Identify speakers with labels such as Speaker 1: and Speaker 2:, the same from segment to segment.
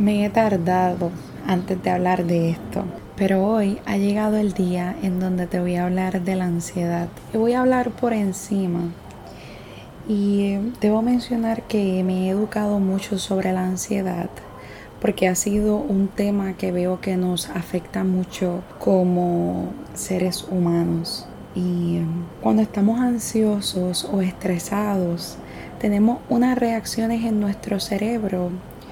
Speaker 1: Me he tardado antes de hablar de esto, pero hoy ha llegado el día en donde te voy a hablar de la ansiedad. Te voy a hablar por encima y debo mencionar que me he educado mucho sobre la ansiedad porque ha sido un tema que veo que nos afecta mucho como seres humanos. Y cuando estamos ansiosos o estresados, tenemos unas reacciones en nuestro cerebro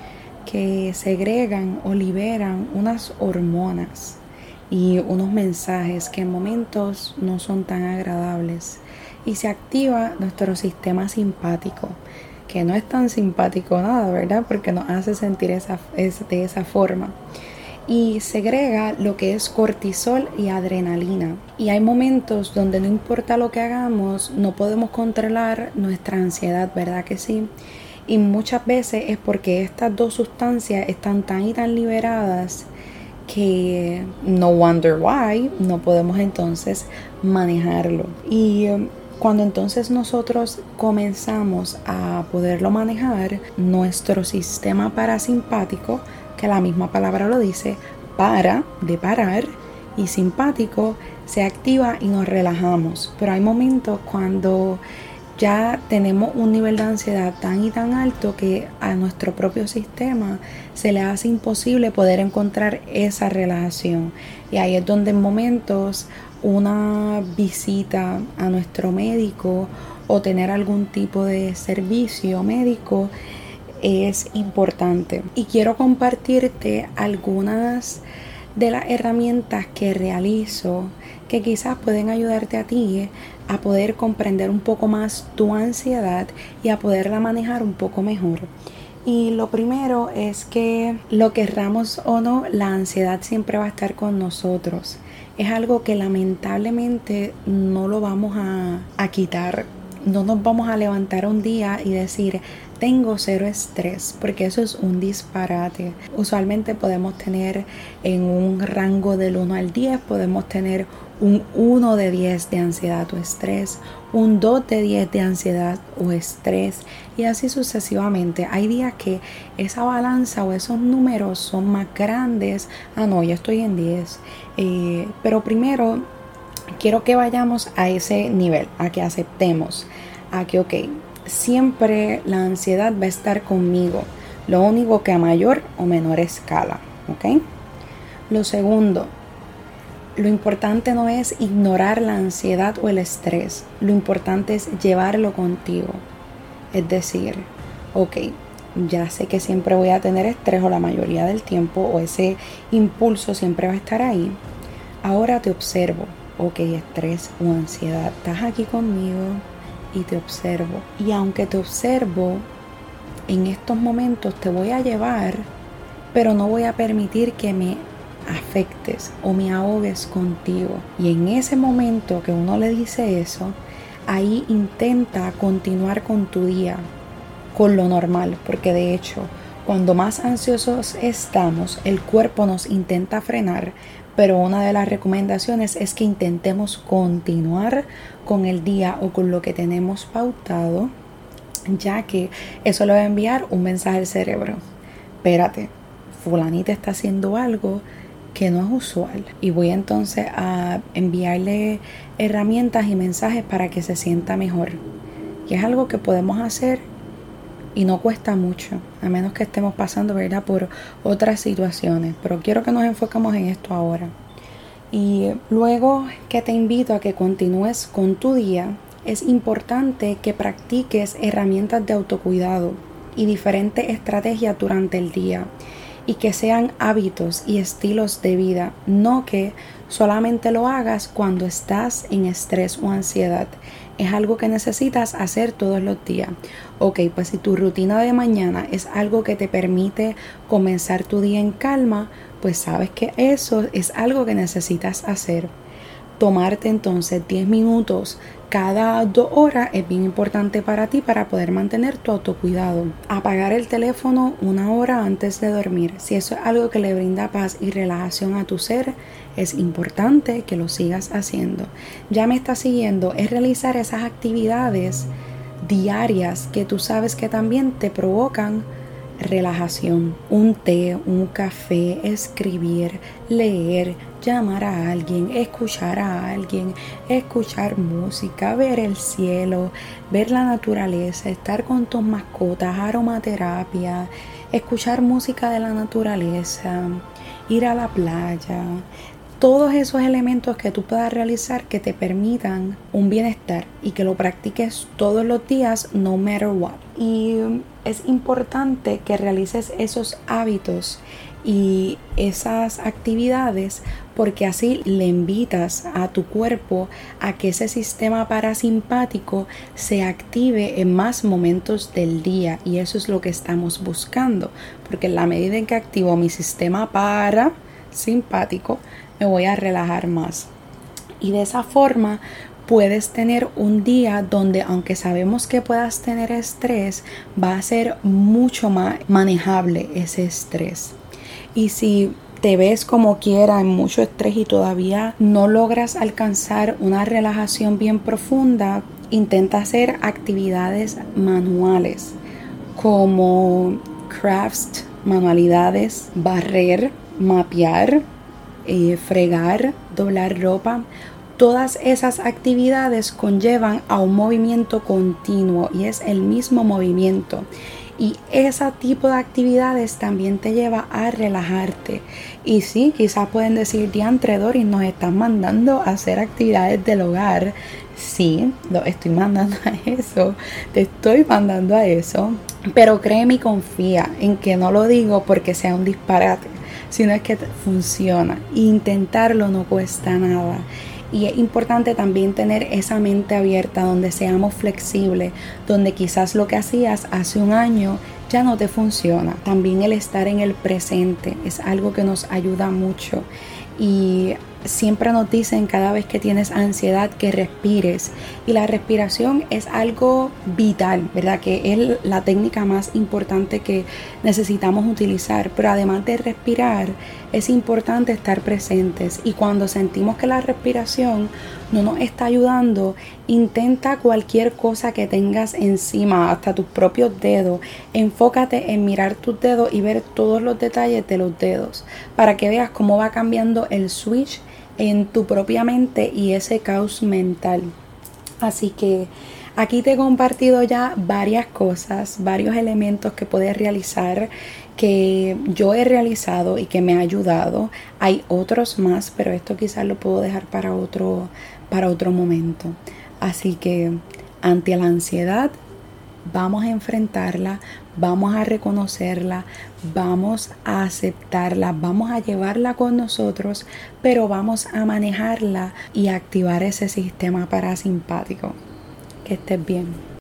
Speaker 1: que segregan o liberan unas hormonas y unos mensajes que en momentos no son tan agradables, y se activa nuestro sistema simpático, que no es tan simpático nada, ¿verdad? Porque nos hace sentir de esa forma. Y segrega lo que es cortisol y adrenalina. Y hay momentos donde no importa lo que hagamos, no podemos controlar nuestra ansiedad, ¿verdad que sí? Y muchas veces es porque estas dos sustancias están tan y tan liberadas que no wonder why no podemos entonces manejarlo. Y cuando entonces nosotros comenzamos a poderlo manejar, nuestro sistema parasimpático, que la misma palabra lo dice, para, de parar, y simpático se activa y nos relajamos. Pero hay momentos cuando ya tenemos un nivel de ansiedad tan y tan alto que a nuestro propio sistema se le hace imposible poder encontrar esa relajación. Y ahí es donde en momentos una visita a nuestro médico o tener algún tipo de servicio médico es importante. Y quiero compartirte algunas de las herramientas que realizo que quizás pueden ayudarte a ti a poder comprender un poco más tu ansiedad y a poderla manejar un poco mejor. Y lo primero es que, lo querramos o no, la ansiedad siempre va a estar con nosotros. Es algo que lamentablemente no lo vamos a quitar. No nos vamos a levantar un día y decir tengo cero estrés, porque eso es un disparate. Usualmente podemos tener en un rango del 1 al 10, podemos tener un 1 de 10 de ansiedad o estrés, un 2 de 10 de ansiedad o estrés, y así sucesivamente. Hay días que esa balanza o esos números son más grandes. No, ya estoy en 10. Pero primero quiero que vayamos a ese nivel, a que aceptemos, a que siempre la ansiedad va a estar conmigo, lo único que a mayor o menor escala, ¿ok? Lo segundo, lo importante no es ignorar la ansiedad o el estrés, lo importante es llevarlo contigo. Es decir, ya sé que siempre voy a tener estrés o la mayoría del tiempo, o ese impulso siempre va a estar ahí. Ahora te observo, estrés o ansiedad, estás aquí conmigo y te observo. Y aunque te observo, en estos momentos te voy a llevar, pero no voy a permitir que me afectes o me ahogues contigo. Y en ese momento que uno le dice eso, ahí intenta continuar con tu día, con lo normal, porque de hecho, cuando más ansiosos estamos, el cuerpo nos intenta frenar, pero una de las recomendaciones es que intentemos continuar con el día o con lo que tenemos pautado, ya que eso le va a enviar un mensaje al cerebro. Espérate, fulanita está haciendo algo que no es usual, y voy entonces a enviarle herramientas y mensajes para que se sienta mejor. Y es algo que podemos hacer y no cuesta mucho, a menos que estemos pasando, ¿verdad?, por otras situaciones. Pero quiero que nos enfoquemos en esto ahora. Y luego que te invito a que continúes con tu día, es importante que practiques herramientas de autocuidado y diferentes estrategias durante el día, y que sean hábitos y estilos de vida, no que solamente lo hagas cuando estás en estrés o ansiedad. Es algo que necesitas hacer todos los días. Pues si tu rutina de mañana es algo que te permite comenzar tu día en calma, pues sabes que eso es algo que necesitas hacer. Tomarte entonces 10 minutos cada 2 horas es bien importante para ti, para poder mantener tu autocuidado. Apagar el teléfono 1 hora antes de dormir. Si eso es algo que le brinda paz y relajación a tu ser, es importante que lo sigas haciendo. Ya me estás siguiendo, es realizar esas actividades diarias que tú sabes que también te provocan relajación, un té, un café, escribir, leer, llamar a alguien, escuchar a alguien, escuchar música, ver el cielo, ver la naturaleza, estar con tus mascotas, aromaterapia, escuchar música de la naturaleza, ir a la playa. Todos esos elementos que tú puedas realizar que te permitan un bienestar y que lo practiques todos los días, no matter what. Y es importante que realices esos hábitos y esas actividades porque así le invitas a tu cuerpo a que ese sistema parasimpático se active en más momentos del día, y eso es lo que estamos buscando, porque en la medida en que activo mi sistema parasimpático me voy a relajar más, y de esa forma puedes tener un día donde, aunque sabemos que puedas tener estrés, va a ser mucho más manejable ese estrés. Y si te ves como quiera en mucho estrés y todavía no logras alcanzar una relajación bien profunda, intenta hacer actividades manuales como crafts, manualidades, barrer, mapear, fregar, doblar ropa. Todas esas actividades conllevan a un movimiento continuo y es el mismo movimiento. Y ese tipo de actividades también te lleva a relajarte. Y sí, quizás pueden decir, diantre Doris, nos están mandando a hacer actividades del hogar. Sí, lo estoy mandando a eso. Te estoy mandando a eso. Pero créeme y confía en que no lo digo porque sea un disparate, sino es que funciona. Intentarlo no cuesta nada. Y es importante también tener esa mente abierta donde seamos flexibles, donde quizás lo que hacías hace un año ya no te funciona. También el estar en el presente es algo que nos ayuda mucho. Y siempre nos dicen cada vez que tienes ansiedad que respires, y la respiración es algo vital, ¿verdad? Que es la técnica más importante que necesitamos utilizar, pero además de respirar es importante estar presentes, y cuando sentimos que la respiración no nos está ayudando, intenta cualquier cosa que tengas encima, hasta tus propios dedos. Enfócate en mirar tus dedos y ver todos los detalles de los dedos para que veas cómo va cambiando el switch en tu propia mente y ese caos mental. Así que aquí te he compartido ya varias cosas, varios elementos que puedes realizar, que yo he realizado y que me ha ayudado. Hay otros más, pero esto quizás lo puedo dejar para otro momento. Así que ante la ansiedad, vamos a enfrentarla, vamos a reconocerla, vamos a aceptarla, vamos a llevarla con nosotros, pero vamos a manejarla y activar ese sistema parasimpático. Que estés bien.